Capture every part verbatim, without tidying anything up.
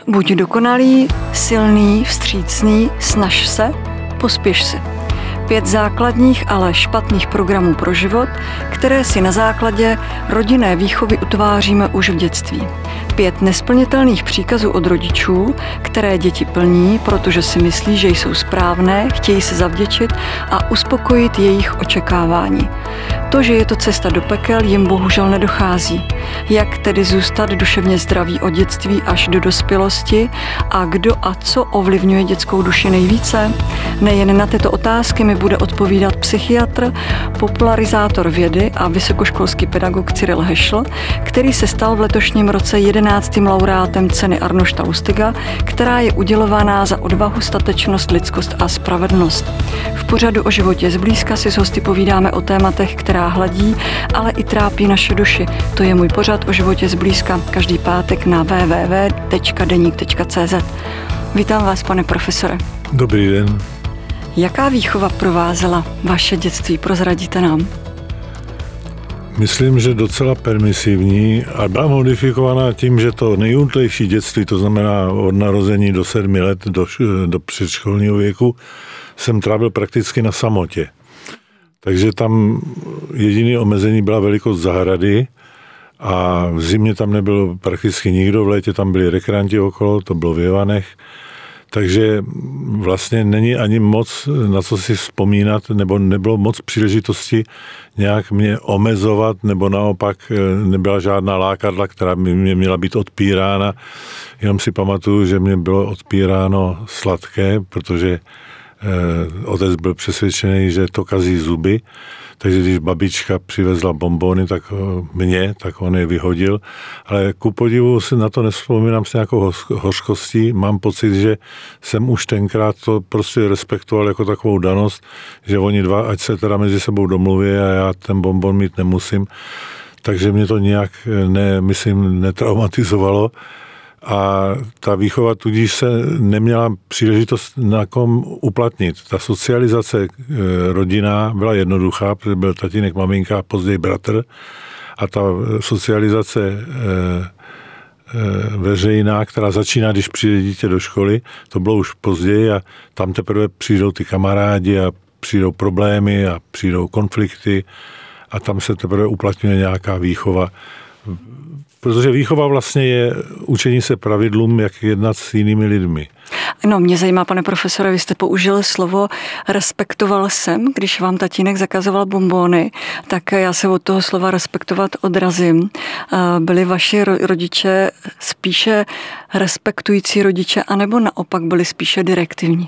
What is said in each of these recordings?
Buď dokonalý, silný, vstřícný, snaž se, pospěš si. Pět základních, ale špatných programů pro život, které si na základě rodinné výchovy utváříme už v dětství. Pět nesplnitelných příkazů od rodičů, které děti plní, protože si myslí, že jsou správné, chtějí se zavděčit a uspokojit jejich očekávání. To, že je to cesta do pekel, jim bohužel nedochází. Jak tedy zůstat duševně zdravý od dětství až do dospělosti a kdo a co ovlivňuje dětskou duši nejvíce? Nejen na tyto otázky mi bude odpovídat psychiatr, popularizátor vědy a vysokoškolský pedagog Cyril Hešl, který se stal v letošním roce jedenáctým laureátem ceny Arnošta Lustiga, která je udělovaná za odvahu, statečnost, lidskost a spravedlnost. V pořadu O životě zblízka si s hosty povídáme o tématech, která hladí, ale i trápí naše duši. To je můj pořad O životě zblízka každý pátek na w w w tečka deník tečka c z. Vítám vás, pane profesore. Dobrý den. Jaká výchova provázela vaše dětství? Prozradíte nám. Myslím, že docela permisivní a byla modifikovaná tím, že to nejútlejší dětství, to znamená od narození do sedmi let do, do předškolního věku, jsem trávil prakticky na samotě. Takže tam jediné omezení byla velikost zahrady a v zimě tam nebyl prakticky nikdo, v létě tam byli rekreanti okolo, to bylo v Jevanech. Takže vlastně není ani moc na co si vzpomínat, nebo nebylo moc příležitosti nějak mě omezovat, nebo naopak nebyla žádná lákadla, která by mě měla být odpírána. Jenom si pamatuju, že mě bylo odpíráno sladké, protože eh, otec byl přesvědčený, že to kazí zuby. Takže když babička přivezla bonbony, tak mě, tak on je vyhodil. Ale ku podivu si na to nevzpomínám s nějakou hořkostí. Mám pocit, že jsem už tenkrát to prostě respektoval jako takovou danost, že oni dva, ať se teda mezi sebou domluví a já ten bonbon mít nemusím. Takže mě to nějak, ne, myslím, netraumatizovalo. A ta výchova tudíž se neměla příležitost na kom uplatnit. Ta socializace rodinná byla jednoduchá, protože byl tatínek, maminka a později bratr. A ta socializace veřejná, která začíná, když přijde dítě do školy, to bylo už později a tam teprve přijdou ty kamarádi a přijdou problémy a přijdou konflikty a tam se teprve uplatňuje nějaká výchova. Protože výchova vlastně je učení se pravidlům, jak jednat s jinými lidmi. No, mě zajímá, pane profesore, vy jste použil slovo respektoval jsem, když vám tatínek zakazoval bonbony, tak já se od toho slova respektovat odrazím. Byli vaši rodiče spíše respektující rodiče, anebo naopak byli spíše direktivní?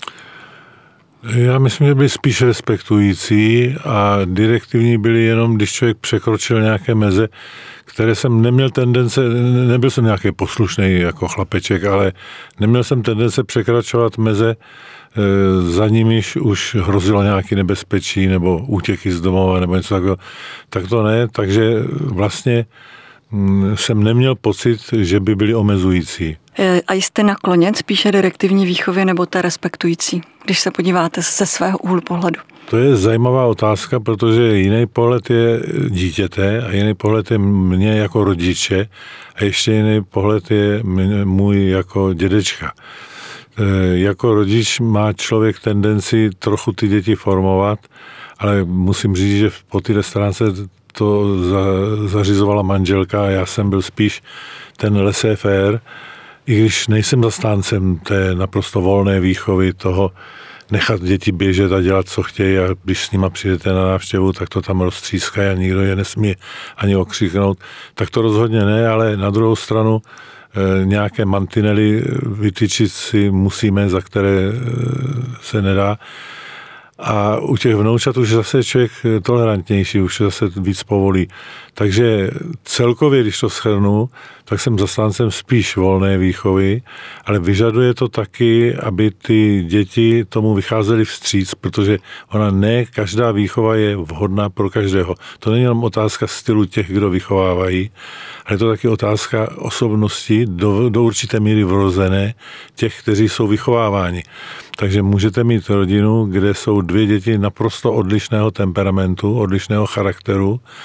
Já myslím, že byli spíš respektující a direktivní byli jenom, když člověk překročil nějaké meze, které jsem neměl tendence, nebyl jsem nějaký poslušný jako chlapeček, ale neměl jsem tendence překračovat meze, za nimiž už hrozilo nějaké nebezpečí nebo útěky z domova nebo něco takového. Tak to ne, takže vlastně jsem neměl pocit, že by byli omezující. A jste nakloněn spíše direktivní výchově nebo té respektující, když se podíváte ze svého úhlu pohledu? To je zajímavá otázka, protože jiný pohled je dítěte a jiný pohled je mě jako rodiče a ještě jiný pohled je můj jako dědečka. Jako rodič má člověk tendenci trochu ty děti formovat, ale musím říct, že po této stránce to za, zařizovala manželka a já jsem byl spíš ten laissez-faire, i když nejsem zastáncem té naprosto volné výchovy, toho nechat děti běžet a dělat, co chtějí a když s nima přijdete na návštěvu, tak to tam roztřískají a nikdo je nesmí ani okřiknout. Tak to rozhodně ne, ale na druhou stranu e, nějaké mantinely vytyčit si musíme, za které e, se nedá. A u těch vnoučat už zase je člověk tolerantnější, už zase víc povolí. Takže celkově, když to shrnu, tak jsem zastáncem spíš volné výchovy, ale vyžaduje to taky, aby ty děti tomu vycházely vstříc, protože ona ne každá výchova je vhodná pro každého. To není jenom otázka stylu těch, kdo vychovávají, ale je to taky otázka osobnosti do, do určité míry vrozené těch, kteří jsou vychováváni. Takže můžete mít rodinu, kde jsou dvě děti naprosto odlišného temperamentu, odlišného charakteru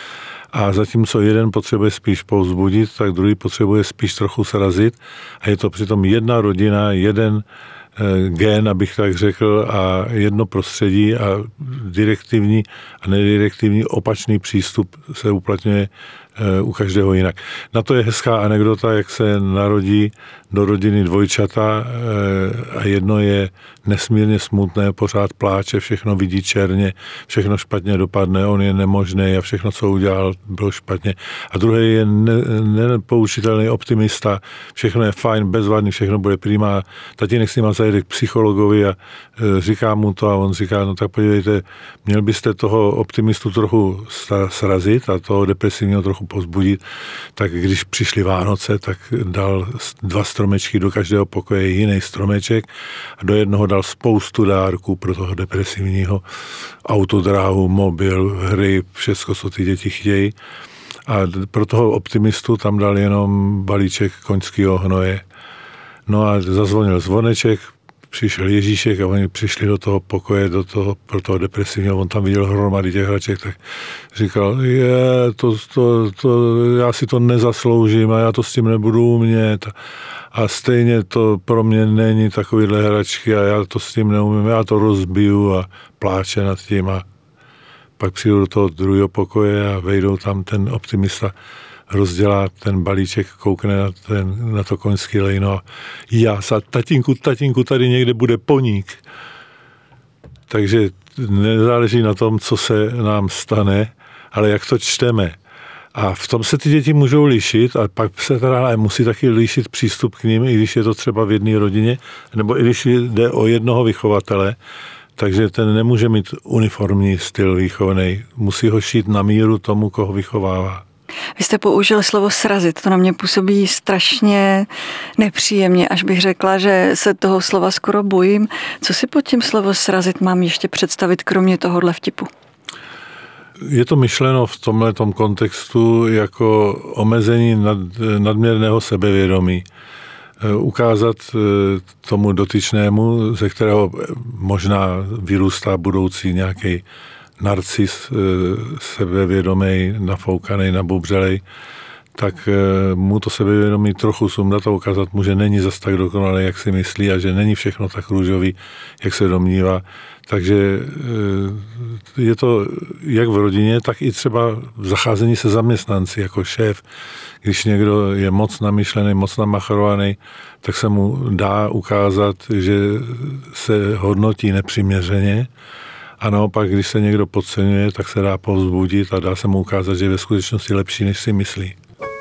A zatímco jeden potřebuje spíš povzbudit, tak druhý potřebuje spíš trochu srazit. A je to přitom jedna rodina, jeden gen, abych tak řekl, a jedno prostředí a direktivní a nedirektivní opačný přístup se uplatňuje u každého jinak. Na to je hezká anekdota, jak se narodí do rodiny dvojčata a jedno je nesmírně smutné, pořád pláče, všechno vidí černě, všechno špatně dopadne, on je nemožný a všechno, co udělal, bylo špatně. A druhý je nepoučitelný optimista, všechno je fajn, bezvadný, všechno bude prima. Tatínek s ním zajde k psychologovi a říká mu to a on říká, no tak podívejte, měl byste toho optimistu trochu srazit a toho depresivního trochu pozbudit, tak když přišly Vánoce, tak dal dva stromečky do každého pokoje, jiný stromeček a do jednoho dal spoustu dárků pro toho depresivního, autodráhu, mobil, hry, všechno, co ty děti chtějí. A pro toho optimistu tam dal jenom balíček koňského hnoje. No a zazvonil zvoneček, přišel Ježíšek a oni přišli do toho pokoje, do toho, pro toho depresivního, on tam viděl hromady těch hraček, tak říkal, je, to, to, to, já si to nezasloužím a já to s tím nebudu umět a stejně to pro mě není takovýhle hračky a já to s tím neumím, já to rozbiju a pláče nad tím a pak přijdu do toho druhého pokoje a vejdou tam ten optimista, rozdělá ten balíček, koukne na, ten, na to koňský lejno a já sa, tatínku, tatínku, tady někde bude poník. Takže nezáleží na tom, co se nám stane, ale jak to čteme. A v tom se ty děti můžou lišit a pak se teda musí taky lišit přístup k ním, i když je to třeba v jedné rodině, nebo i když jde o jednoho vychovatele, takže ten nemůže mít uniformní styl výchovný, musí ho šít na míru tomu, koho vychovává. Vy jste použil slovo srazit, to na mě působí strašně nepříjemně, až bych řekla, že se toho slova skoro bojím. Co si pod tím slovo srazit mám ještě představit, kromě tohohle vtipu? Je to myšleno v tomhletom kontextu jako omezení nad, nadměrného sebevědomí. Ukázat tomu dotyčnému, ze kterého možná vyrůstá budoucí nějaký narcis, sebevědomý, nafoukaný, nabubřelej, tak mu to sebevědomí trochu sundat a ukázat mu, že není zas tak dokonalý, jak si myslí a že není všechno tak růžový, jak se domnívá. Takže je to jak v rodině, tak i třeba v zacházení se zaměstnanci jako šéf. Když někdo je moc namyšlený, moc namachrovaný, tak se mu dá ukázat, že se hodnotí nepřiměřeně. A naopak, když se někdo podceňuje, tak se dá povzbudit a dá se mu ukázat, že je ve skutečnosti lepší, než si myslí.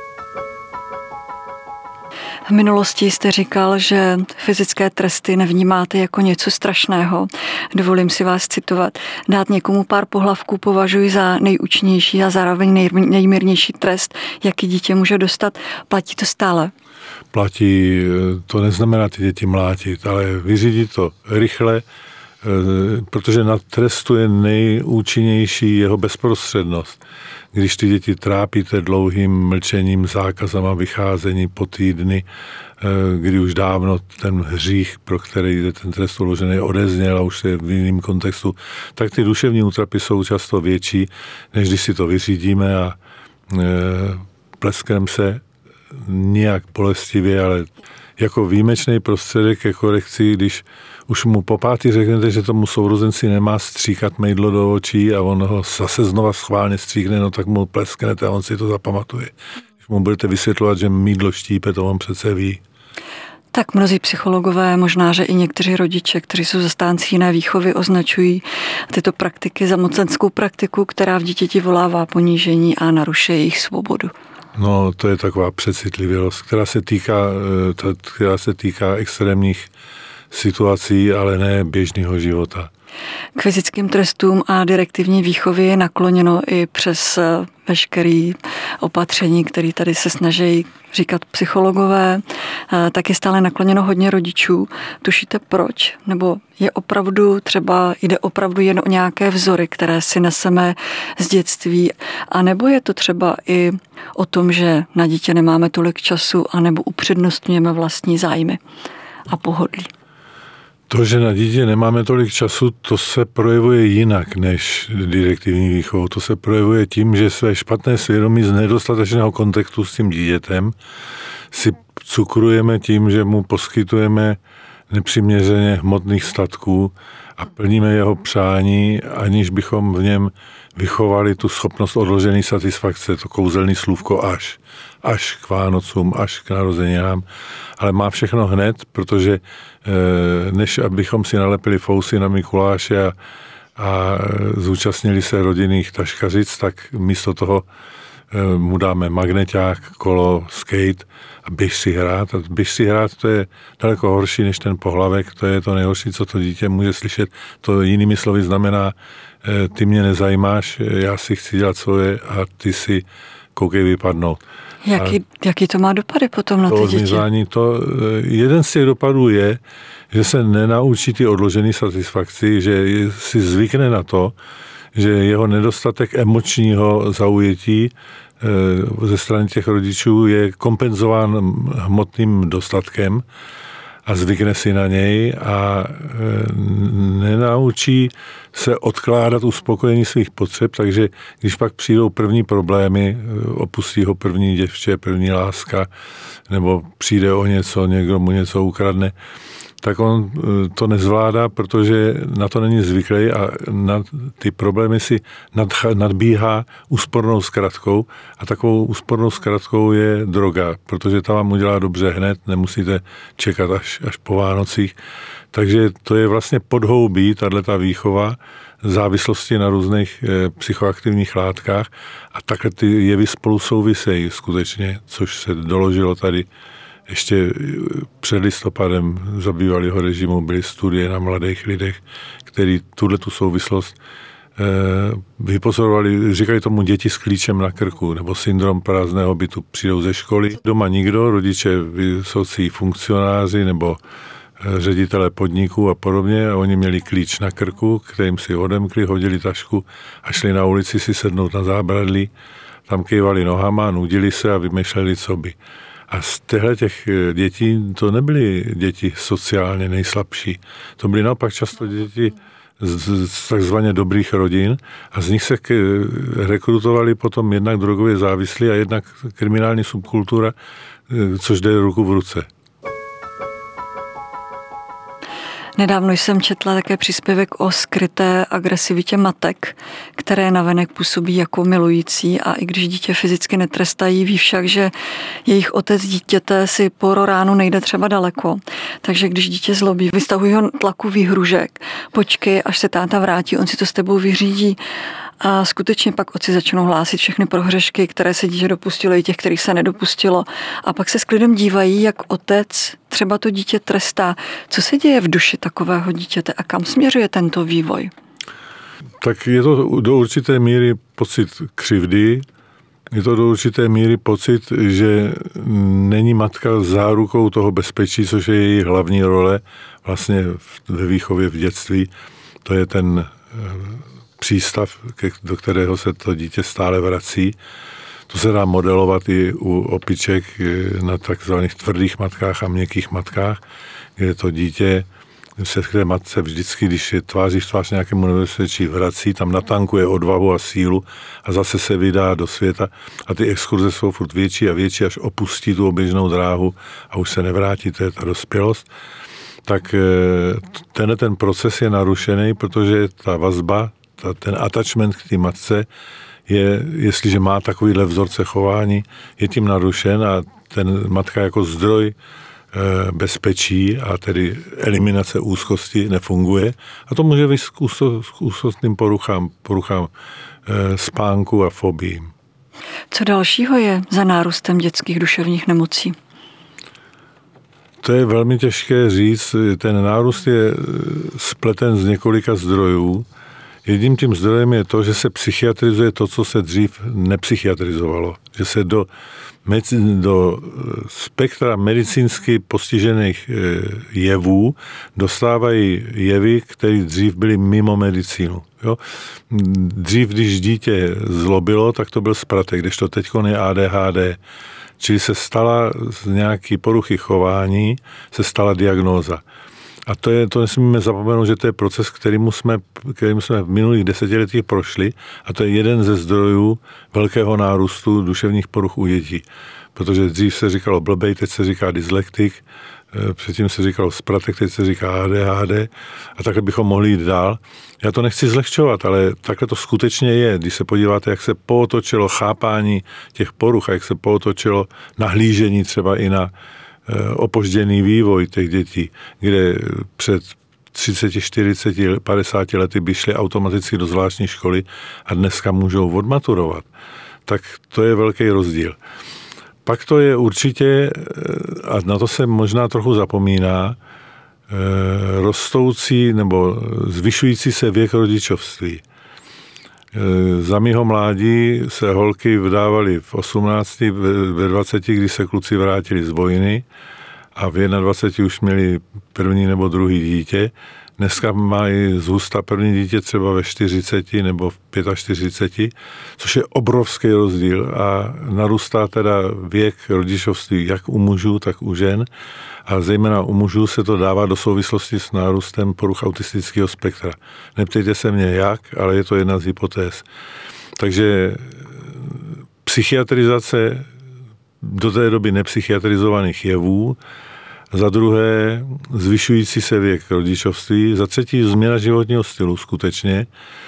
V minulosti jste říkal, že fyzické tresty nevnímáte jako něco strašného. Dovolím si vás citovat. Dát někomu pár pohlavků považuji za nejúčinnější a zároveň nej, nejmírnější trest, jaký dítě může dostat. Platí to stále? Platí, to neznamená ty děti mlátit, ale vyřídit to rychle, protože na trestu je nejúčinnější jeho bezprostřednost. Když ty děti trápíte dlouhým mlčením, zákazama vycházení po týdny, kdy už dávno ten hřích, pro který je ten trest uložený, odezněl a už je v jiném kontextu, tak ty duševní útrapy jsou často větší, než když si to vyřídíme a plesknem se nijak bolestivě, ale jako výjimečný prostředek ke korekci, když už mu po pátý řeknete, že tomu sourozenci nemá stříkat mejdlo do očí a on ho zase znova schválně stříkne, no tak mu plesknete a on si to zapamatuje. Když mu budete vysvětlovat, že mýdlo štípe, to on přece ví. Tak mnozí psychologové, možná, že i někteří rodiče, kteří jsou zastánci jiné výchovy, označují tyto praktiky za mocenskou praktiku, která v dítěti volává ponížení a narušuje jejich svobodu. No, to je taková přecitlivělost, která se týká, která se týká extrémních situací, ale ne běžného života. K fyzickým trestům a direktivní výchově je nakloněno i přes veškeré opatření, které tady se snaží říkat psychologové, tak je stále nakloněno hodně rodičů. Tušíte proč? Nebo je opravdu třeba, jde opravdu jen o nějaké vzory, které si neseme z dětství, a nebo je to třeba i o tom, že na dítě nemáme tolik času, anebo upřednostňujeme vlastní zájmy a pohodlí? To, že na dítě nemáme tolik času, to se projevuje jinak než direktivní výchovou. To se projevuje tím, že své špatné svědomí z nedostatečného kontaktu s tím dítětem si cukrujeme tím, že mu poskytujeme nepřiměřeně hmotných statků a plníme jeho přání, aniž bychom v něm vychovali tu schopnost odložené satisfakce, to kouzelný slůvko až. Až k Vánocům, až k narozeninám. Ale má všechno hned, protože než abychom si nalepili fousy na Mikuláše a, a zúčastnili se rodinných taškařic, tak místo toho mu dáme magneťák, kolo, skate a běž si hrát. A běž si hrát, to je daleko horší než ten pohlavek, to je to nejhorší, co to dítě může slyšet. To jinými slovy znamená, ty mě nezajímáš, já si chci dělat svoje a ty si koukej vypadnout. Jaký, jaký to má dopady potom na ty děti? Odmizání, to, jeden z těch dopadů je, že se nenaučí ty odložený satisfakci, že si zvykne na to, že jeho nedostatek emočního zaujetí ze strany těch rodičů je kompenzován hmotným dostatkem a zvykne si na něj a nenaučí se odkládat uspokojení svých potřeb, takže když pak přijdou první problémy, opustí ho první děvče, první láska, nebo přijde o něco, někdo mu něco ukradne, tak on to nezvládá, protože na to není zvyklý a na ty problémy si nadbíhá úspornou zkratkou a takovou úspornou zkratkou je droga, protože ta vám udělá dobře hned, nemusíte čekat až, až po Vánocích. Takže to je vlastně podhoubí, tato výchova, závislosti na různých e, psychoaktivních látkách a takhle ty jevy spolu souvisejí skutečně, což se doložilo tady ještě před listopadem zabývalého režimu, byly studie na mladých lidech, který tuhletu souvislost e, vypozorovali, říkali tomu děti s klíčem na krku, nebo syndrom prázdného bytu, přijdou ze školy, doma nikdo, rodiče vysocí funkcionáři nebo ředitelé podniků a podobně a oni měli klíč na krku, kterým si odemkli, hodili tašku a šli na ulici si sednout na zábradlí, tam kývali nohama, nudili se a vymýšleli, co by. A z těchto těch dětí to nebyly děti sociálně nejslabší. To byly naopak často děti z, z takzvaně dobrých rodin a z nich se k, rekrutovali potom jednak drogově závislí a jednak kriminální subkultura, což jde ruku v ruce. Nedávno jsem četla také příspěvek o skryté agresivitě matek, které navenek působí jako milující a i když dítě fyzicky netrestají, ví však, že jejich otec dítěte si po ránu nejde třeba daleko. Takže když dítě zlobí, vystavují ho tlaku výhružek, počkej, až se táta vrátí, on si to s tebou vyřídí. A skutečně pak otci začnou hlásit všechny prohřešky, které se dítě dopustilo i těch, kterých se nedopustilo. A pak se s klidem dívají, jak otec třeba to dítě trestá. Co se děje v duši takového dítěte a kam směřuje tento vývoj? Tak je to do určité míry pocit křivdy, je to do určité míry pocit, že není matka zárukou toho bezpečí, což je její hlavní role vlastně ve výchově v dětství. To je ten přístav, do kterého se to dítě stále vrací. To se dá modelovat i u opiček na takzvaných tvrdých matkách a měkkých matkách, kde to dítě se k té matce vždycky, když je tváří v tvář nějakému nebezpečí, vrací, tam natankuje odvahu a sílu a zase se vydá do světa a ty exkurze jsou furt větší a větší, až opustí tu oběžnou dráhu a už se nevrátí, to je ta dospělost. Tak tenhle ten proces je narušený, protože ta vazba, ta, ten attachment k té matce je, jestliže má takovýhle vzorce chování, je tím narušen a ten matka jako zdroj bezpečí a tedy eliminace úzkosti nefunguje. A to může vést k úzkostným poruchám, poruchám spánku a fobiím. Co dalšího je za nárůstem dětských duševních nemocí? To je velmi těžké říct. Ten nárůst je spleten z několika zdrojů. Jedním tím zdrojem je to, že se psychiatrizuje to, co se dřív nepsychiatrizovalo. Že se do, do spektra medicínsky postižených jevů dostávají jevy, které dřív byly mimo medicínu. Jo? Dřív, když dítě zlobilo, tak to byl spratek, kdežto teďko je A D H D. Čili se stala z nějaký poruchy chování, se stala diagnóza. A to, je, to nesmíme zapomenout, že to je proces, kterým jsme, kterým jsme v minulých desetiletích prošli a to je jeden ze zdrojů velkého nárůstu duševních poruch u dětí. Protože dřív se říkalo blbej, teď se říká dyslektik, předtím se říkalo spratek, teď se říká A D H D a takhle bychom mohli jít dál. Já to nechci zlehčovat, ale takhle to skutečně je. Když se podíváte, jak se pootočilo chápání těch poruch a jak se pootočilo nahlížení třeba i na opožděný vývoj těch dětí, kde před třicet, čtyřicet, padesát lety by šli automaticky do zvláštní školy a dneska můžou odmaturovat. Tak to je velký rozdíl. Pak to je určitě, a na to se možná trochu zapomíná, rostoucí nebo zvyšující se věk rodičovství. Za mýho mládí se holky vdávaly v osmnácti, ve dvaceti, když se kluci vrátili z vojny a v dvaceti jedné už měli první nebo druhý dítě. Dneska mají zhusta první dítě třeba ve čtyřiceti nebo v čtyřiceti pěti, což je obrovský rozdíl a narůstá teda věk rodičovství jak u mužů, tak u žen a zejména u mužů se to dává do souvislosti s nárůstem poruch autistického spektra. Neptejte se mě jak, ale je to jedna z hypotéz. Takže psychiatrizace do té doby nepsychiatrizovaných jevů, za druhé zvyšující se věk rodičovství, za třetí změna životního stylu skutečně,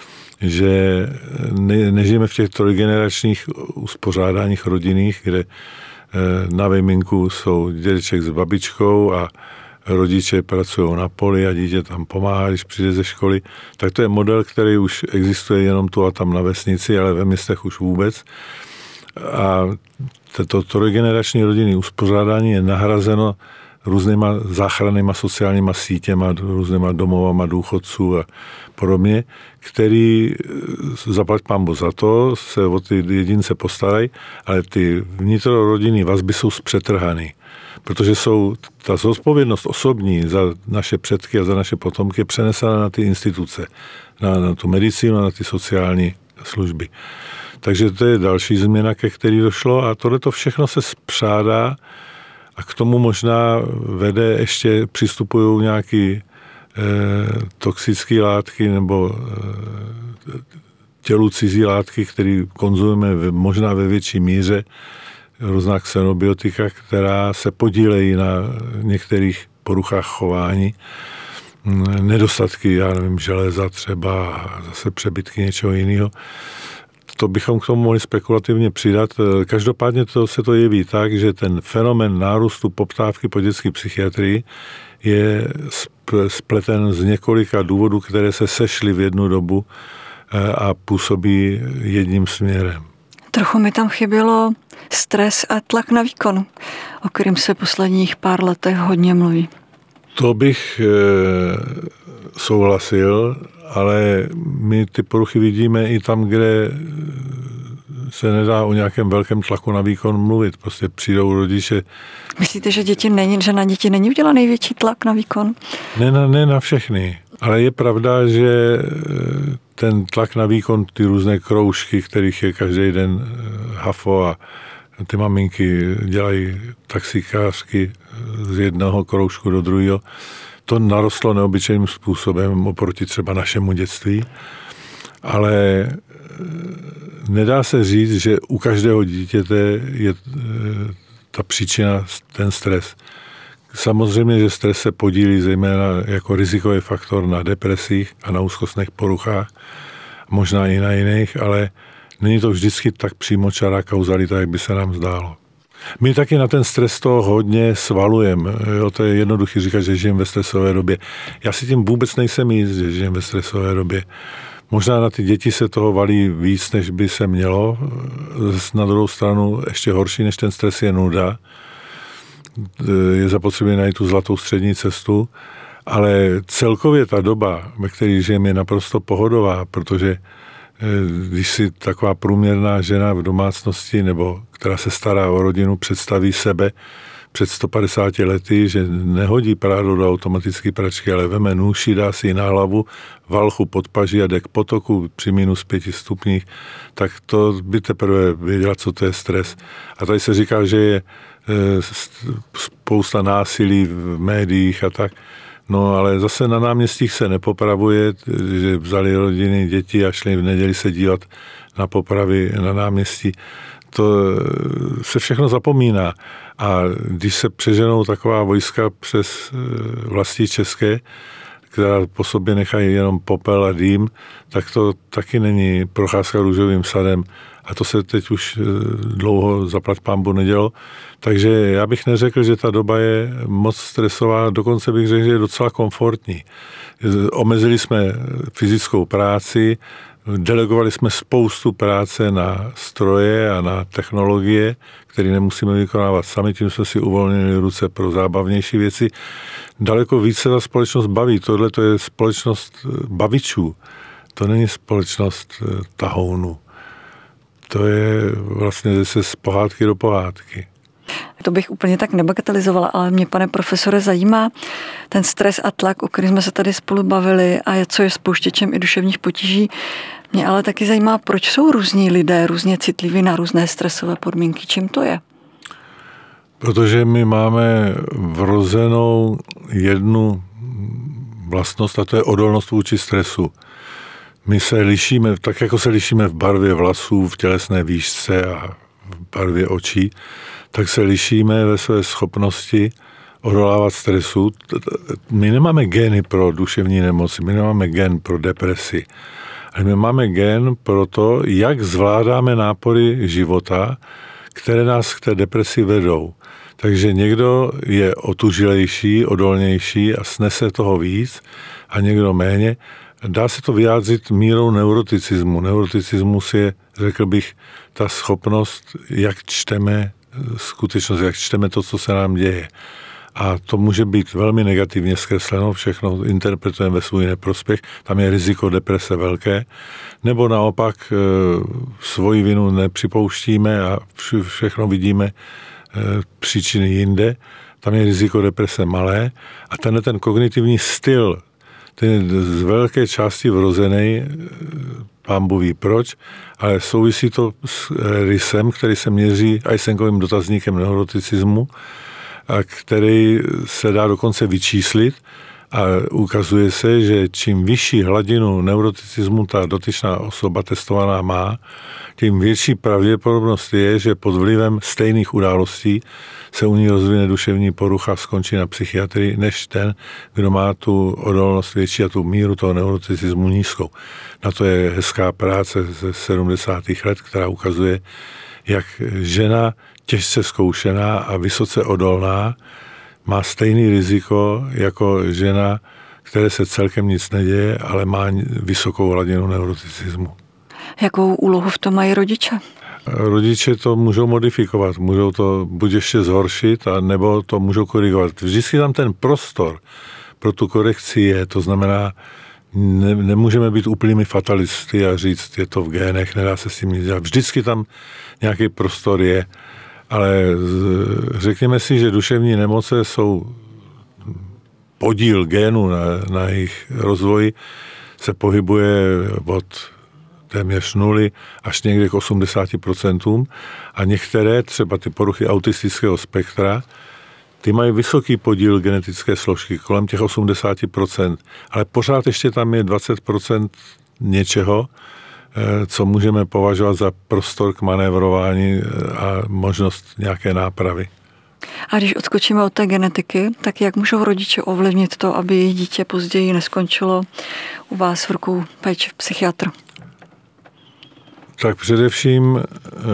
že ne, nežijeme v těch trojgeneračních uspořádáních rodinných, kde na vejminku jsou dědeček s babičkou a rodiče pracují na poli a dítě tam pomáhá, když přijde ze školy, tak to je model, který už existuje jenom tu a tam na vesnici, ale ve městech už vůbec. A toto trojgenerační rodinné uspořádání je nahrazeno různýma záchrannýma sociálníma sítěma, různýma domovama důchodců a podobně, který zaplať pánbu za to, se o ty jedince postarají, ale ty vnitrorodinné vazby jsou zpřetrhaný, protože jsou ta zodpovědnost osobní za naše předky a za naše potomky přenesena na ty instituce, na, na tu medicínu a na ty sociální služby. Takže to je další změna, ke který došlo a tohleto všechno se spřádá a k tomu možná vede ještě, přistupují nějaké e, toxické látky nebo e, tělu cizí látky, které konzumujeme v, možná ve větší míře, různá xenobiotika, která se podílejí na některých poruchách chování. Nedostatky, já nevím, železa třeba a zase přebytky něčeho jiného. To bychom k tomu mohli spekulativně přidat. Každopádně to se to jeví tak, že ten fenomén nárůstu poptávky po dětské psychiatrii je spleten z několika důvodů, které se sešly v jednu dobu a působí jedním směrem. Trochu mi tam chybělo stres a tlak na výkon, o kterým se posledních pár letech hodně mluví. To bych souhlasil, ale my ty poruchy vidíme i tam, kde se nedá o nějakém velkém tlaku na výkon mluvit. Prostě přijdou rodiče. Myslíte, že děti není, že na děti není udělán největší tlak na výkon? Ne na, ne na všechny. Ale je pravda, že ten tlak na výkon, ty různé kroužky, kterých je každý den hafo a ty maminky dělají taxikářky z jednoho kroužku do druhého, to narostlo neobyčejným způsobem oproti třeba našemu dětství, ale nedá se říct, že u každého dítěte je ta příčina ten stres. Samozřejmě, že stres se podílí zejména jako rizikový faktor na depresích a na úzkostných poruchách, možná i na jiných, ale není to vždycky tak přímočará kauzalita, jak by se nám zdálo. My taky na ten stres toho hodně svalujeme. Jo, to je jednoduché říkat, že žijeme ve stresové době. Já si tím vůbec nejsem jist, že žijeme ve stresové době. Možná na ty děti se toho valí víc, než by se mělo. Na druhou stranu ještě horší než ten stres je nuda. Je zapotřebí najít tu zlatou střední cestu. Ale celkově ta doba, ve které žijeme, je naprosto pohodová, protože když si taková průměrná žena v domácnosti nebo která se stará o rodinu představí sebe před sto padesáti lety, že nehodí prádlo do automatické pračky, ale veme nůši, dá si ji na hlavu, valchu pod paží a jde k potoku při minus pěti stupních, tak to by teprve věděla, co to je stres. A tady se říká, že je spousta násilí v médiích a tak. No ale zase na náměstích se nepopravuje, že vzali rodiny, děti a šli v neděli se dívat na popravy na náměstí. To se všechno zapomíná. A když se přeženou taková vojska přes vlasti české, která po sobě nechají jenom popel a dým, tak to taky není procházka růžovým sadem. A to se teď už dlouho zaplať pánbu nedělo. Takže já bych neřekl, že ta doba je moc stresová, dokonce bych řekl, že je docela komfortní. Omezili jsme fyzickou práci, delegovali jsme spoustu práce na stroje a na technologie, které nemusíme vykonávat sami, tím jsme si uvolnili ruce pro zábavnější věci. Daleko více ta společnost baví. Tohle to je společnost bavičů. To není společnost tahounů. To je vlastně zase z pohádky do pohádky. To bych úplně tak nebagatelizovala, ale mě, pane profesore, zajímá ten stres a tlak, o kterém jsme se tady spolu bavili a co je spouštěčem i duševních potíží. Mě ale taky zajímá, proč jsou různí lidé různě citliví na různé stresové podmínky. Čím to je? Protože my máme vrozenou jednu vlastnost a to je odolnost vůči stresu. My se lišíme, tak jako se lišíme v barvě vlasů, v tělesné výšce a v barvě očí, tak se lišíme ve své schopnosti odolávat stresu. My nemáme gény pro duševní nemoci, my nemáme gen pro depresi, ale my máme gen pro to, jak zvládáme nápory života, které nás k té depresi vedou. Takže někdo je otužilejší, odolnější a snese toho víc a někdo méně. Dá se to vyjádřit mírou neuroticismu. Neuroticismus je, řekl bych, ta schopnost, jak čteme skutečnost, jak čteme to, co se nám děje. A to může být velmi negativně zkresleno, všechno interpretujeme ve svůj neprospěch, tam je riziko deprese velké, nebo naopak svoji vinu nepřipouštíme a všechno vidíme příčiny jinde, tam je riziko deprese malé a tenhle ten kognitivní styl, ten je z velké části vrozený, pán Bůh ví proč, ale souvisí to s rysem, který se měří Eysenkovým dotazníkem neuroticismu, a který se dá dokonce vyčíslit a ukazuje se, že čím vyšší hladinu neuroticismu ta dotyčná osoba testovaná má, tím větší pravděpodobnost je, že pod vlivem stejných událostí se u ní rozvine duševní porucha, skončí na psychiatrii, než ten, kdo má tu odolnost větší a tu míru toho neuroticismu nízkou. Na to je hezká práce ze sedmdesátých let, která ukazuje, jak žena těžce zkoušená a vysoce odolná má stejný riziko jako žena, které se celkem nic neděje, ale má vysokou hladinu neuroticismu. Jakou úlohu v tom mají rodiče? Rodiče to můžou modifikovat, můžou to buď ještě zhoršit, a nebo to můžou korigovat. Vždycky tam ten prostor pro tu korekci je, to znamená, ne, nemůžeme být úplnými fatalisty a říct, je to v génech, nedá se s tím nic dělat. Vždycky tam nějaký prostor je, ale řekněme si, že duševní nemoce jsou podíl génu na, na jejich rozvoji, se pohybuje od téměř nuly až někde k osmdesáti procentům a některé, třeba ty poruchy autistického spektra, ty mají vysoký podíl genetické složky, kolem těch osmdesáti procent, ale pořád ještě tam je dvacet procent něčeho, co můžeme považovat za prostor k manévrování a možnost nějaké nápravy. A když odskočíme od té genetiky, tak jak můžou rodiče ovlivnit to, aby jejich dítě později neskončilo u vás v rukou péče psychiatra? Tak především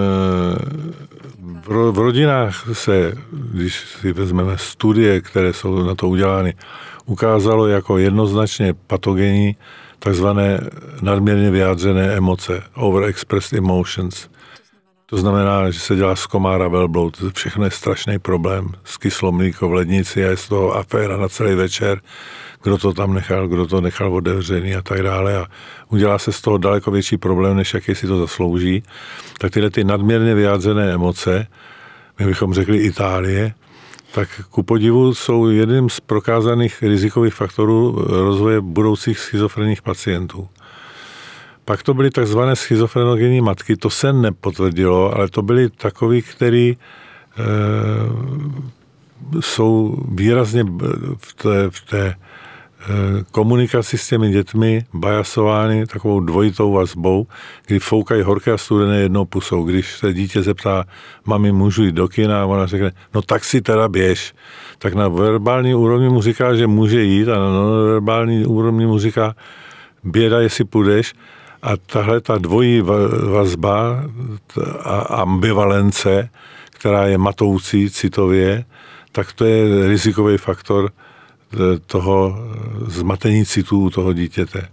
v rodinách se, když si vezmeme studie, které jsou na to udělány, ukázalo jako jednoznačně patogenní takzvané nadměrně vyjádřené emoce, overexpressed emotions. To znamená, že se dělá z komára velbloud, všechno je strašný problém, z kyslou mlíko v lednici a je z toho aféra na celý večer, kdo to tam nechal, kdo to nechal otevřený a tak dále a udělá se z toho daleko větší problém, než jaký si to zaslouží. Tak tyhle ty nadměrně vyjádřené emoce, my bychom řekli Itálie, tak ku podivu jsou jedním z prokázaných rizikových faktorů rozvoje budoucích schizofrenních pacientů. Pak to byly takzvané schizofrenogenní matky, to se nepotvrdilo, ale to byly takový, který e, jsou výrazně v té, v té komunikaci s těmi dětmi bajasovány takovou dvojitou vazbou, kdy foukají horké a studené jednou pusou. Když se dítě zeptá, mami, můžu jít do kina, a ona řekne, no tak si teda běž. Tak na verbální úrovni mu říká, že může jít, a na verbální úrovni mu říká, běda, jestli půjdeš. A tahle ta dvojí vazba a ambivalence, která je matoucí citově, tak to je rizikový faktor toho zmatení citů u toho dítěte.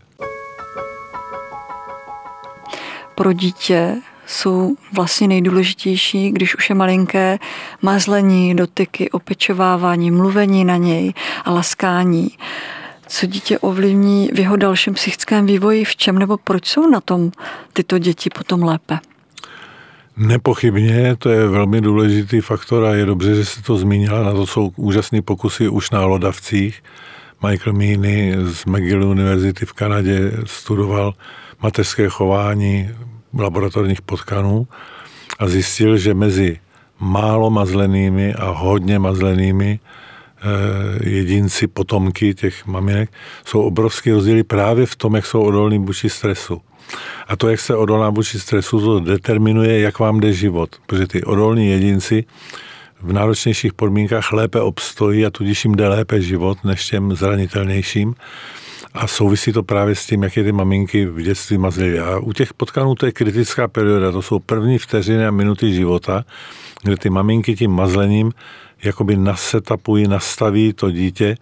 Pro dítě jsou vlastně nejdůležitější, když už je malinké, mazlení, dotyky, opečovávání, mluvení na něj a laskání. Co dítě ovlivní v jeho dalším psychickém vývoji, v čem nebo proč jsou na tom tyto děti potom lépe? Nepochybně, to je velmi důležitý faktor a je dobře, že jste to zmínila. Na to jsou úžasné pokusy už na hlodavcích. Michael Meany z McGill univerzity v Kanadě studoval mateřské chování laboratorních potkanů a zjistil, že mezi málo mazlenými a hodně mazlenými jedinci, potomky těch maminek, jsou obrovské rozdíly právě v tom, jak jsou odolní vůči stresu. A to, jak se odolná vůči stresu, to determinuje, jak vám jde život. Protože ty odolní jedinci v náročnějších podmínkách lépe obstojí a tudíž jim jde lépe život než těm zranitelnějším. A souvisí to právě s tím, jak je ty maminky v dětství mazlily. A u těch potkanů to je kritická perioda, to jsou první vteřiny a minuty života, kde ty maminky tím mazlením jakoby nasetapují, nastaví to dítě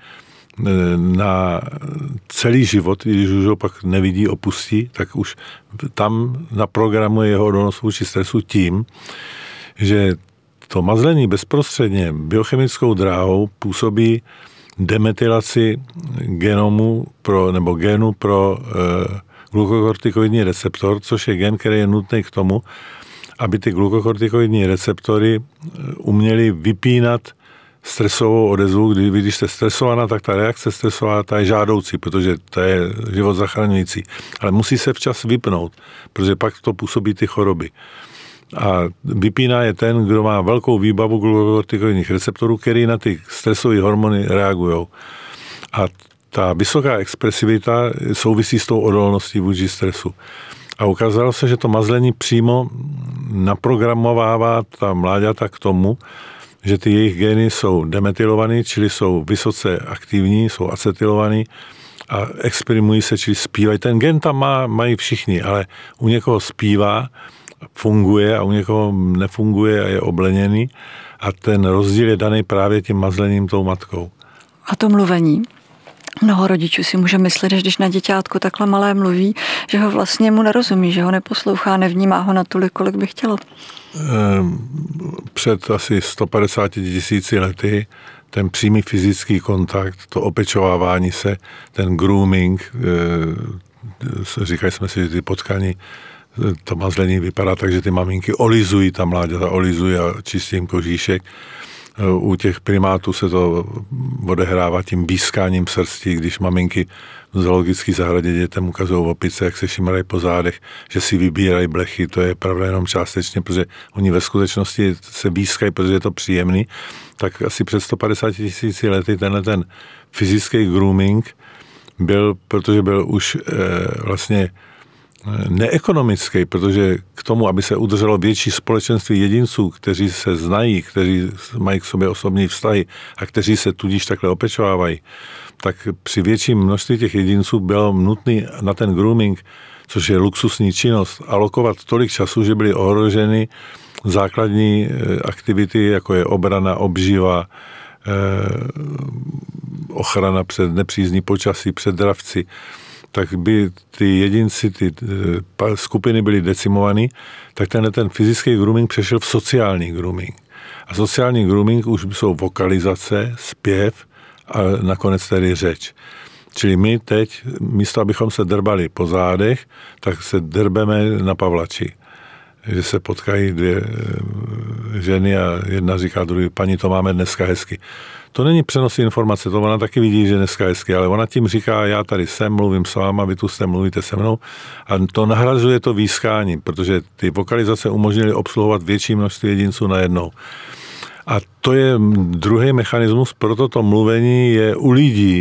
na celý život, když už ho pak nevidí, opustí, tak už tam naprogramuje jeho odolnost vůči stresu tím, že to mazlení bezprostředně biochemickou dráhou působí demetylaci genomu pro, nebo genu pro e, glukokortikoidní receptor, což je gen, který je nutný k tomu, aby ty glukokortikoidní receptory uměly vypínat stresovou odezvu, kdy když jste stresovaná, tak ta reakce stresová ta je žádoucí, protože to je život zachraňující. Ale musí se včas vypnout, protože pak to působí ty choroby. A vypíná je ten, kdo má velkou výbavu glukokortikoidních receptorů, který na ty stresové hormony reagují. A ta vysoká expresivita souvisí s tou odolností vůči stresu. A ukázalo se, že to mazlení přímo naprogramovává ta mláďata k tomu, že ty jejich gény jsou demetylovaný, čili jsou vysoce aktivní, jsou acetylovaný a experimují se, čili zpívají. Ten gen tam má, mají všichni, ale u někoho zpívá, funguje a u někoho nefunguje a je obleněný a ten rozdíl je daný právě tím mazlením tou matkou. A to mluvení? Mnoho rodičů si může myslet, že když na děťátko takhle malé mluví, že ho vlastně mu nerozumí, že ho neposlouchá, nevnímá ho natolik, kolik by chtělo. Před asi sto padesáti tisíci lety ten přímý fyzický kontakt, to opečovávání se, ten grooming, říkali jsme si, že ty potkání, to mazlení vypadá tak, že ty maminky olizují ta mláďata, olizují a čistí jim kožíšek. U těch primátů se to odehrává tím bískáním srstí, když maminky v zoologické zahradě dětem ukazují opice, jak se šimrají po zádech, že si vybírají blechy, to je pravda jenom částečně, protože oni ve skutečnosti se bískají, protože je to příjemný, tak asi před sto padesáti tisíci lety tenhle ten fyzický grooming byl, protože byl už eh, vlastně neekonomický, protože k tomu, aby se udrželo větší společenství jedinců, kteří se znají, kteří mají k sobě osobní vztahy a kteří se tudíž takhle opečovávají, tak při větším množství těch jedinců bylo nutné na ten grooming, což je luxusní činnost, alokovat tolik času, že byly ohroženy základní aktivity, jako je obrana, obživa, ochrana před nepřízní počasí, před dravci, tak by ty jedinci, ty skupiny byly decimovaný, tak tenhle ten fyzický grooming přešel v sociální grooming. A sociální grooming už jsou vokalizace, zpěv a nakonec tedy řeč. Čili my teď, místo abychom se drbali po zádech, tak se drbeme na pavlači. Že se potkají dvě ženy a jedna říká druhý, paní, to máme dneska hezky. To není přenos informace, to ona taky vidí, že dneska hezky, ale ona tím říká, já tady jsem, mluvím s váma, vy tu jste, mluvíte se mnou a to nahrazuje to výskání, protože ty vokalizace umožnily obsluhovat větší množství jedinců najednou. A to je druhý mechanismus, proto to mluvení je u lidí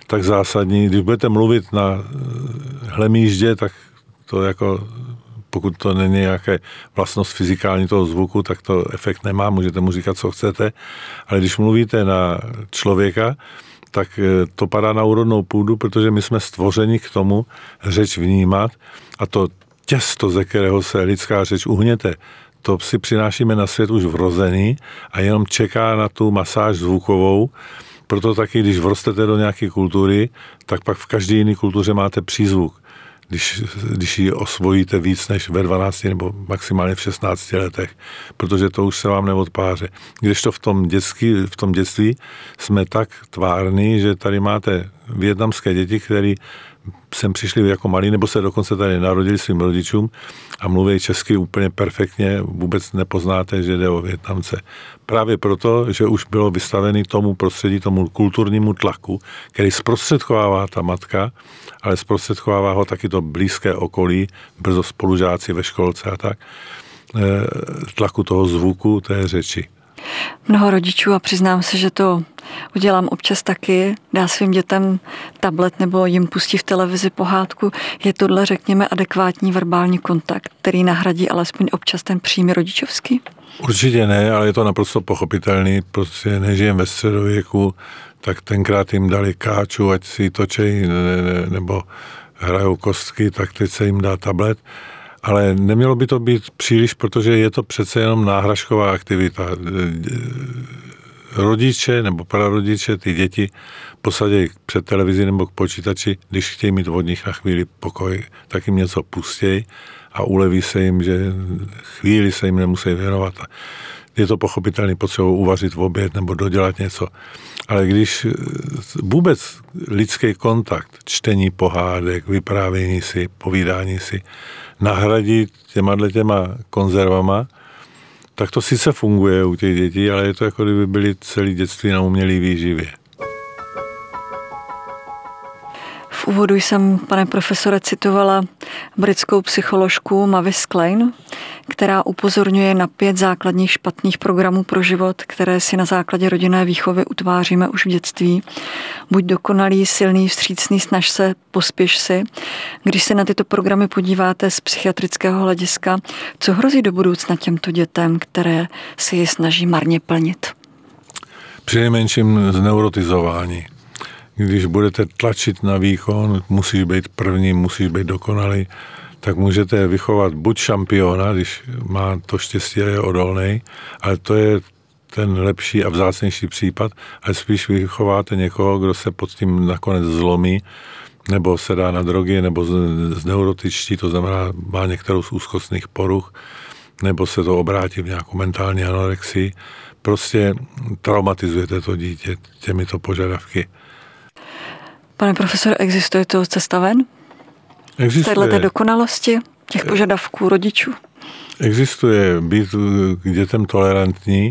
tak zásadní. Když budete mluvit na hlemýždě, tak to jako, pokud to není nějaké vlastnost fyzikální toho zvuku, tak to efekt nemá, můžete mu říkat, co chcete, ale když mluvíte na člověka, tak to padá na úrodnou půdu, protože my jsme stvořeni k tomu řeč vnímat a to těsto, ze kterého se lidská řeč uhněte, to si přinášíme na svět už vrozený a jenom čeká na tu masáž zvukovou. Proto taky, když vrostete do nějaké kultury, tak pak v každé jiné kultuře máte přízvuk. Když, když ji osvojíte víc než ve dvanácti nebo maximálně v šestnácti letech, protože to už se vám neodpáře. Když to v tom, dětský, v tom dětství jsme tak tvární, že tady máte vietnamské děti, které sem přišli jako malí, nebo se dokonce tady narodili svým rodičům a mluví česky úplně perfektně, vůbec nepoznáte, že jde o Vietnamce. Právě proto, že už bylo vystavený tomu prostředí, tomu kulturnímu tlaku, který zprostředkovává ta matka, ale zprostředkovává ho taky to blízké okolí, brzo spolužáci ve školce a tak, tlaku toho zvuku, té řeči. Mnoho rodičů, a přiznám se, že to udělám občas taky, dá svým dětem tablet nebo jim pustí v televizi pohádku. Je tohle, řekněme, adekvátní verbální kontakt, který nahradí alespoň občas ten přímý rodičovský? Určitě ne, ale je to naprosto pochopitelný, protože nežijem ve středověku, tak tenkrát jim dali káču, ať si točej ne, ne, nebo hrajou kostky, tak teď se jim dá tablet. Ale nemělo by to být příliš, protože je to přece jenom náhražková aktivita. Rodiče nebo prarodiče ty děti posadí před televizi nebo k počítači, když chtějí mít od nich na chvíli pokoj, tak jim něco pustějí a uleví se jim, že chvíli se jim nemusí věnovat. Je to pochopitelný, potřebují uvařit v oběd nebo dodělat něco. Ale když vůbec lidský kontakt, čtení pohádek, vyprávění si, povídání si, nahradí těma těma konzervama, tak to sice funguje u těch dětí, ale je to jako kdyby byly celé dětství na umělý výživě. V úvodu jsem, pane profesore, citovala britskou psycholožku Mavis Klein, která upozorňuje na pět základních špatných programů pro život, které si na základě rodinné výchovy utváříme už v dětství. Buď dokonalý, silný, vstřícný, snaž se, pospěš si. Když se na tyto programy podíváte z psychiatrického hlediska, co hrozí do budoucna těmto dětem, které si je snaží marně plnit? Přinejmenším zneurotizování. Když budete tlačit na výkon, musíš být první, musíš být dokonalý, tak můžete vychovat buď šampiona, když má to štěstí a je odolný, ale to je ten lepší a vzácnější případ, ale spíš vychováte někoho, kdo se pod tím nakonec zlomí, nebo se dá na drogy, nebo zneurotičtí, to znamená, má některou z úzkostných poruch, nebo se to obrátí v nějakou mentální anorexii. Prostě traumatizujete to dítě těmito požadavky. Pane profesore, existuje to cesta ven? Existuje. Z této dokonalosti těch požadavků rodičů? Existuje být k dětem tolerantní,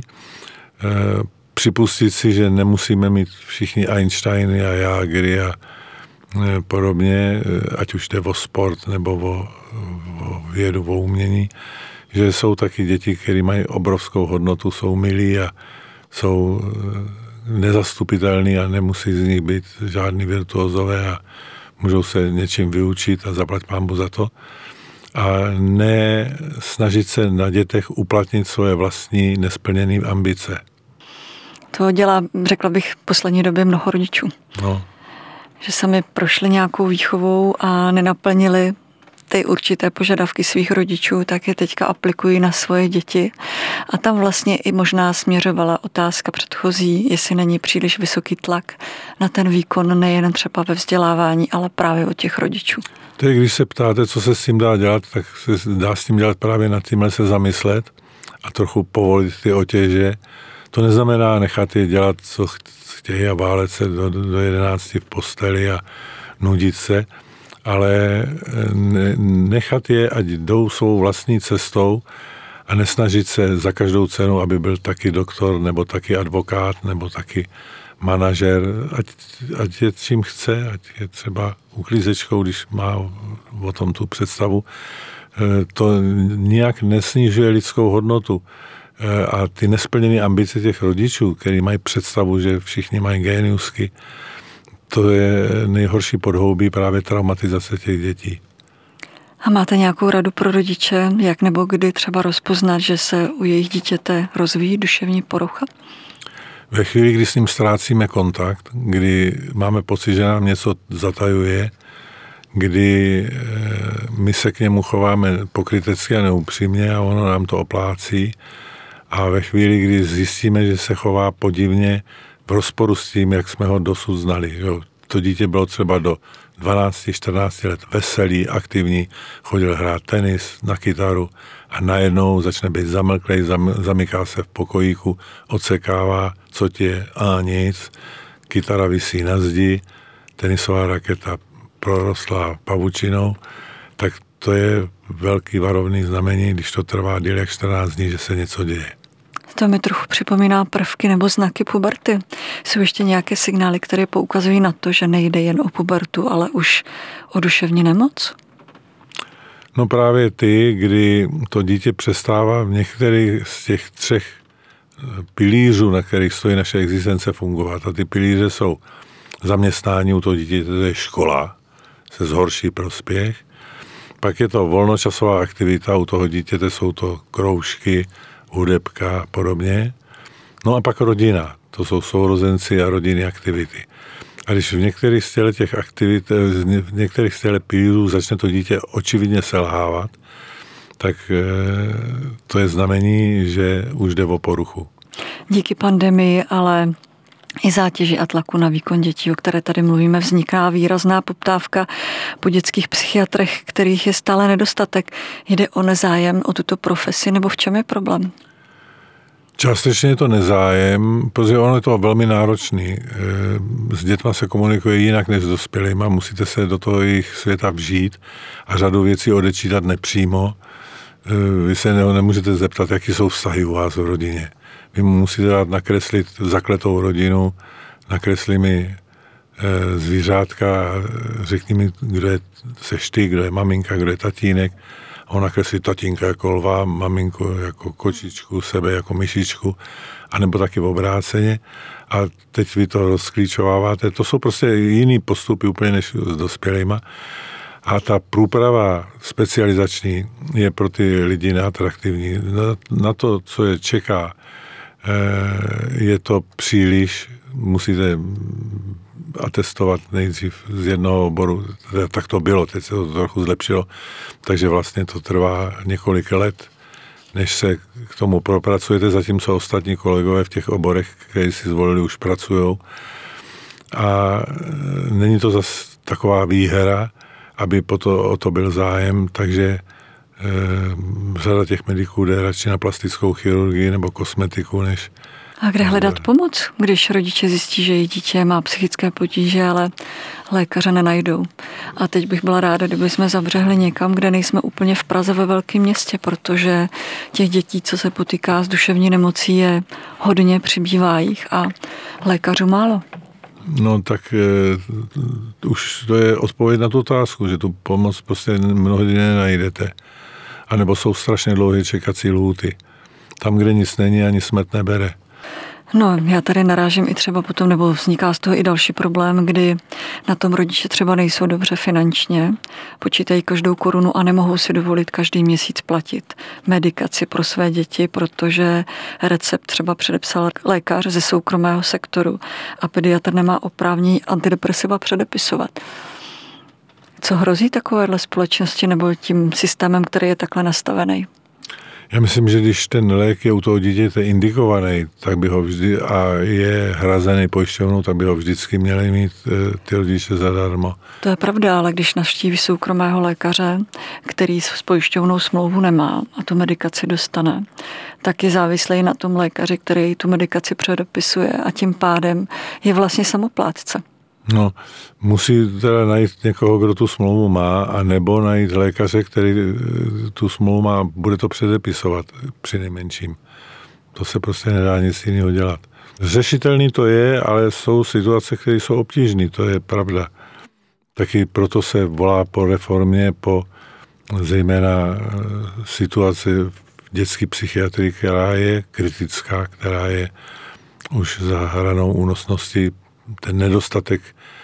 připustit si, že nemusíme mít všichni Einsteiny a Jágry a podobně, ať už jde o sport nebo o, o vědu, o umění, že jsou taky děti, které mají obrovskou hodnotu, jsou milí a jsou nezastupitelný a nemusí z nich být žádný virtuózové a můžou se něčím vyučit a zaplať pánbu za to. A ne snažit se na dětech uplatnit svoje vlastní nesplněné ambice. To dělá, řekla bych, v poslední době mnoho rodičů. No. Že sami prošli nějakou výchovou a nenaplnili ty určité požadavky svých rodičů, tak je teďka aplikují na svoje děti. A tam vlastně i možná směřovala otázka předchozí, jestli není příliš vysoký tlak na ten výkon nejen třeba ve vzdělávání, ale právě od těch rodičů. Tedy když se ptáte, co se s tím dá dělat, tak se dá s tím dělat právě nad tímhle se zamyslet a trochu povolit ty otěže. To neznamená nechat je dělat, co chtějí a válet se do, do jedenácti v posteli a nudit se, ale nechat je, ať jdou svou vlastní cestou a nesnažit se za každou cenu, aby byl taky doktor, nebo taky advokát, nebo taky manažer, ať, ať je čím chce, ať je třeba uklízečkou, když má o tom tu představu. To nijak nesnižuje lidskou hodnotu. A ty nesplněné ambice těch rodičů, kteří mají představu, že všichni mají géniusky, to je nejhorší podhoubí právě traumatizace těch dětí. A máte nějakou radu pro rodiče, jak nebo kdy třeba rozpoznat, že se u jejich dítěte rozvíjí duševní porucha? Ve chvíli, kdy s ním ztrácíme kontakt, kdy máme pocit, že nám něco zatajuje, kdy my se k němu chováme pokrytecky a neupřímně a ono nám to oplácí, a ve chvíli, kdy zjistíme, že se chová podivně v rozporu s tím, jak jsme ho dosud znali. Jo. To dítě bylo třeba do dvanáct čtrnáct let veselý, aktivní, chodil hrát tenis, na kytaru a najednou začne být zamlklej, zam, zamyká se v pokojíku, odsekává, co ti je, a nic, kytara visí na zdi, tenisová raketa prorostlá pavučinou, tak to je velký varovný znamení, když to trvá déle jak čtrnáct dní, že se něco děje. To mi trochu připomíná prvky nebo znaky puberty. Jsou ještě nějaké signály, které poukazují na to, že nejde jen o pubertu, ale už o duševní nemoc? No právě ty, kdy to dítě přestává v některých z těch třech pilířů, na kterých stojí naše existence, fungovat. A ty pilíře jsou zaměstnání u toho dítěte, to je škola, se zhorší prospěch. Pak je to volnočasová aktivita, u toho dítěte jsou to kroužky, hudebka a podobně. No a pak rodina, to jsou sourozenci a rodinné aktivity. A když v některých z těch aktivit, v některých z těch pilířů začne to dítě očividně selhávat, tak to je znamení, že už jde o poruchu. Díky pandemii, ale i zátěži a tlaku na výkon dětí, o které tady mluvíme, vzniká výrazná poptávka po dětských psychiatrech, kterých je stále nedostatek. Jde o nezájem o tuto profesi, nebo v čem je problém? Částečně je to nezájem, protože ono je to velmi náročný. S dětma se komunikuje jinak než s dospělýma, musíte se do toho jejich světa vžít a řadu věcí odečítat nepřímo. Vy se nemůžete zeptat, jaký jsou vztahy u vás v rodině. Vy musíte dát nakreslit zakletou rodinu, nakresli mi zvířátka, řekni mi, kdo je seš ty, kdo je maminka, kdo je tatínek. A on nakreslí tatínka jako lva, maminku jako kočičku, sebe jako myšičku, anebo taky v obráceně. A teď vy to rozklíčováváte. To jsou prostě jiný postupy úplně než s dospělejma. A ta průprava specializační je pro ty lidi neatraktivní. Na, na to, co je čeká, je to příliš, musíte atestovat nejdřív z jednoho oboru, tak to bylo, teď se to trochu zlepšilo, takže vlastně to trvá několik let, než se k tomu propracujete, zatímco ostatní kolegové v těch oborech, které si zvolili, už pracujou. A není to zase taková výhra, aby po to, o to byl zájem, takže e, řada těch mediků jde radši na plastickou chirurgii nebo kosmetiku, než... A kde hledat pomoc, když rodiče zjistí, že jejich dítě má psychické potíže, ale lékaře nenajdou? A teď bych byla ráda, kdyby jsme zavřehli někam, kde nejsme úplně v Praze ve velkém městě, protože těch dětí, co se potýká s duševní nemocí, je hodně, přibývá jich a lékařů málo. No tak e, už to je odpověď na tu otázku, že tu pomoc prostě mnohdy nenajdete. A nebo jsou strašně dlouhé čekací lhůty. Tam, kde nic není, ani smrt nebere. No, já tady narážím i třeba potom, nebo vzniká z toho i další problém, kdy na tom rodiče třeba nejsou dobře finančně, počítají každou korunu a nemohou si dovolit každý měsíc platit medikaci pro své děti, protože recept třeba předepsal lékař ze soukromého sektoru a pediatr nemá oprávnění antidepresiva předepisovat. Co hrozí takovéhle společnosti nebo tím systémem, který je takhle nastavený? Já myslím, že když ten lék je u toho dítěte indikovaný, tak by ho vždy, a je hrazený pojišťovnou, tak by ho vždycky měli mít ty rodiče zadarmo. To je pravda, ale když navštíví soukromého lékaře, který s pojišťovnou smlouvu nemá a tu medikaci dostane, tak je závislý na tom lékaři, který tu medikaci předepisuje a tím pádem je vlastně samoplátce. No, musí teda najít někoho, kdo tu smlouvu má, a nebo najít lékaře, který tu smlouvu má, bude to předepisovat při nejmenším. To se prostě nedá nic jiného dělat. Řešitelný to je, ale jsou situace, které jsou obtížné, to je pravda. Taky proto se volá po reformě, po zejména situaci v dětské psychiatrii, která je kritická, která je už za hranou únosnosti. Ten nedostatek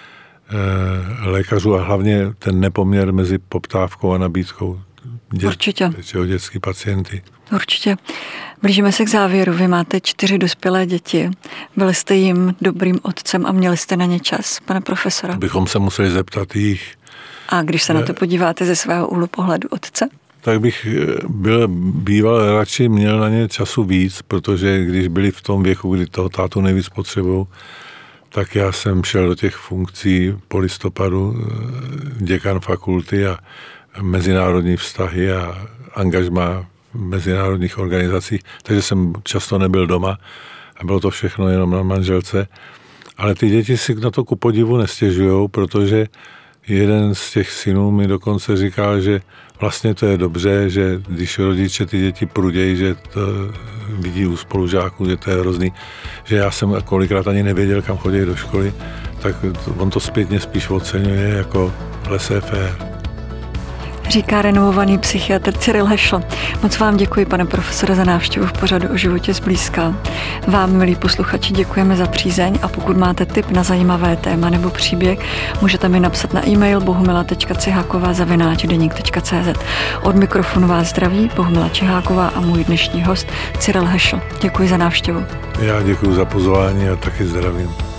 lékařů a hlavně ten nepoměr mezi poptávkou a nabídkou. Dět, Určitě. O dětský pacienty. Určitě. Blížíme se k závěru. Vy máte čtyři dospělé děti. Byli jste jim dobrým otcem a měli jste na ně čas, pane profesore? Bychom se museli zeptat jich. A když se na to podíváte ze svého úhlu pohledu otce? Tak bych byl býval radši měl na ně času víc, protože když byli v tom věku, kdy toho tátu nejvíc potřebují, tak já jsem šel do těch funkcí po listopadu, děkan fakulty a mezinárodní vztahy a angažma v mezinárodních organizacích, takže jsem často nebyl doma a bylo to všechno jenom na manželce. Ale ty děti si na to ku podivu nestěžujou, protože jeden z těch synů mi dokonce říkal, že vlastně to je dobře, že když rodiče ty děti prudějí, že to vidí u spolužáků, že to je hrozný, že já jsem kolikrát ani nevěděl, kam chodí do školy, tak on to zpětně spíš oceňuje jako laissez-faire. Říká renomovaný psychiatr Cyril Hešl. Moc vám děkuji, pane profesore, za návštěvu v pořadu O životě zblízka. Vám, milí posluchači, děkujeme za přízeň a pokud máte tip na zajímavé téma nebo příběh, můžete mi napsat na e-mail bohumila tečka ciháková zavináč deník tečka cé zet. Od mikrofonu vás zdraví Bohumila Čiháková a můj dnešní host Cyril Hešl. Děkuji za návštěvu. Já děkuji za pozvání a taky zdravím.